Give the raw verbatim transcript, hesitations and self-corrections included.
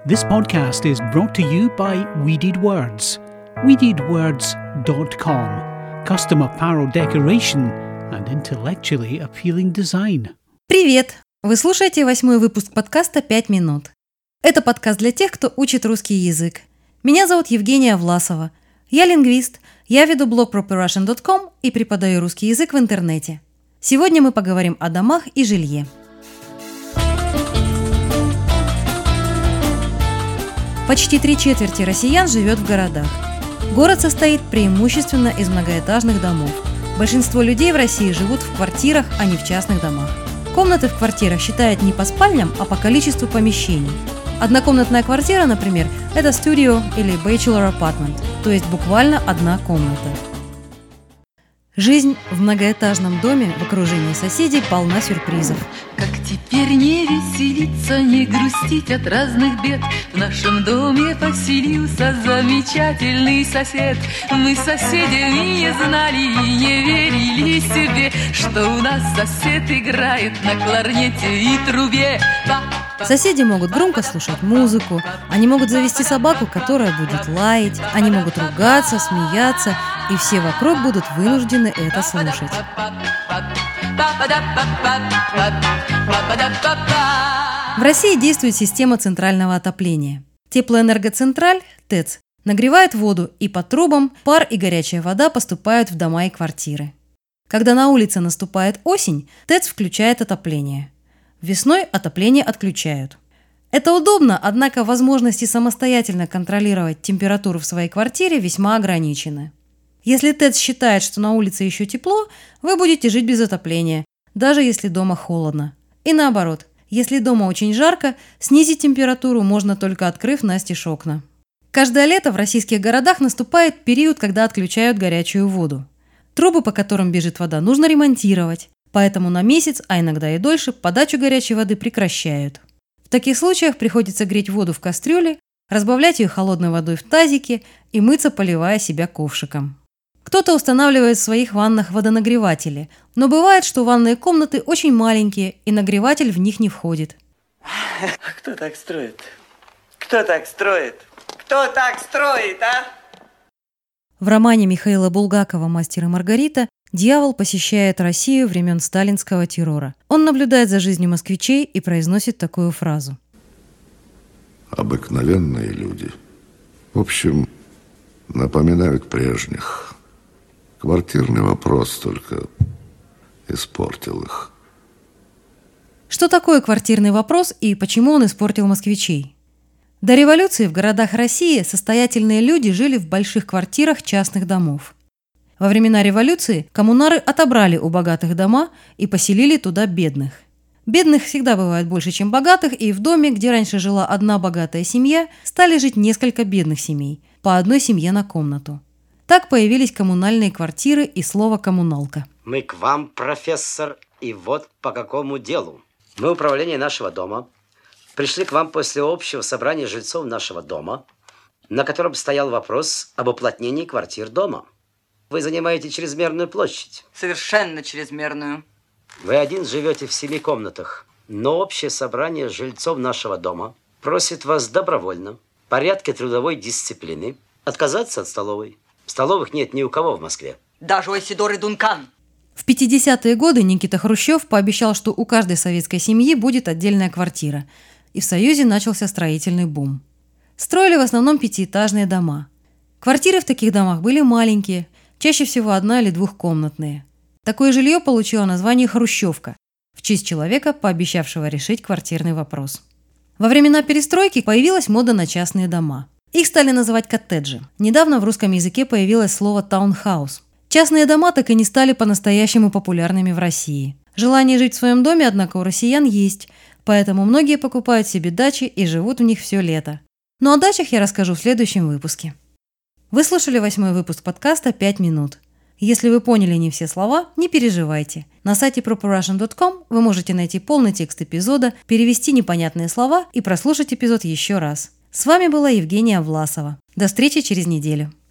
This podcast is brought to you by We Did Words. we did words dot com. Custom apparel decoration and intellectually appealing design. Привет! Вы слушаете восьмой выпуск подкаста «пять минут». Это подкаст для тех, кто учит русский язык. Меня зовут Евгения Власова. Я лингвист, я веду блог пропер рассиан точка ком и преподаю русский язык в интернете. Сегодня мы поговорим о домах и жилье. Почти три четверти россиян живет в городах. Город состоит преимущественно из многоэтажных домов. Большинство людей в России живут в квартирах, а не в частных домах. Комнаты в квартирах считают не по спальням, а по количеству помещений. Однокомнатная квартира, например, это studio или bachelor apartment, то есть буквально одна комната. Жизнь в многоэтажном доме в окружении соседей полна сюрпризов. Как теперь не веселиться, не грустить от разных бед? В нашем доме поселился замечательный сосед. Мы соседями не знали и не верили себе, что у нас сосед играет на кларнете и трубе. Соседи могут громко слушать музыку, они могут завести собаку, которая будет лаять, они могут ругаться, смеяться, и все вокруг будут вынуждены это слушать. В России действует система центрального отопления. Теплоэнергоцентраль, ТЭЦ, нагревает воду, и по трубам пар и горячая вода поступают в дома и квартиры. Когда на улице наступает осень, ТЭЦ включает отопление. Весной отопление отключают. Это удобно, однако возможности самостоятельно контролировать температуру в своей квартире весьма ограничены. Если ТЭЦ считает, что на улице еще тепло, вы будете жить без отопления, даже если дома холодно. И наоборот, если дома очень жарко, снизить температуру можно только открыв настежь окна. Каждое лето в российских городах наступает период, когда отключают горячую воду. Трубы, по которым бежит вода, нужно ремонтировать. Поэтому на месяц, а иногда и дольше, подачу горячей воды прекращают. В таких случаях приходится греть воду в кастрюле, разбавлять ее холодной водой в тазике и мыться, поливая себя ковшиком. Кто-то устанавливает в своих ваннах водонагреватели, но бывает, что ванные комнаты очень маленькие, и нагреватель в них не входит. Кто так строит? Кто так строит? Кто так строит, а? В романе Михаила Булгакова «Мастер и Маргарита» дьявол посещает Россию времен сталинского террора. Он наблюдает за жизнью москвичей и произносит такую фразу. Обыкновенные люди. В общем, напоминают прежних. Квартирный вопрос только испортил их. Что такое квартирный вопрос и почему он испортил москвичей? До революции в городах России состоятельные люди жили в больших квартирах частных домов. Во времена революции коммунары отобрали у богатых дома и поселили туда бедных. Бедных всегда бывает больше, чем богатых, и в доме, где раньше жила одна богатая семья, стали жить несколько бедных семей, по одной семье на комнату. Так появились коммунальные квартиры и слово «коммуналка». Мы к вам, профессор, и вот по какому делу. Мы, управление нашего дома, пришли к вам после общего собрания жильцов нашего дома, на котором стоял вопрос об уплотнении квартир дома. Вы занимаете чрезмерную площадь. Совершенно чрезмерную. Вы один живете в семи комнатах, но общее собрание жильцов нашего дома просит вас добровольно, в порядке трудовой дисциплины, отказаться от столовой. Столовых нет ни у кого в Москве. Даже у Исидоры Дункан. В пятидесятые годы Никита Хрущев пообещал, что у каждой советской семьи будет отдельная квартира, и в Союзе начался строительный бум. Строили в основном пятиэтажные дома. Квартиры в таких домах были маленькие, чаще всего одно- или двухкомнатные. Такое жилье получило название «Хрущевка» в честь человека, пообещавшего решить квартирный вопрос. Во времена перестройки появилась мода на частные дома. Их стали называть коттеджи. Недавно в русском языке появилось слово «таунхаус». Частные дома так и не стали по-настоящему популярными в России. Желание жить в своем доме, однако, у россиян есть, поэтому многие покупают себе дачи и живут в них все лето. Но о дачах я расскажу в следующем выпуске. Вы слушали восьмой выпуск подкаста «пять минут». Если вы поняли не все слова, не переживайте. На сайте пропер рассиан точка ком вы можете найти полный текст эпизода, перевести непонятные слова и прослушать эпизод еще раз. С вами была Евгения Власова. До встречи через неделю.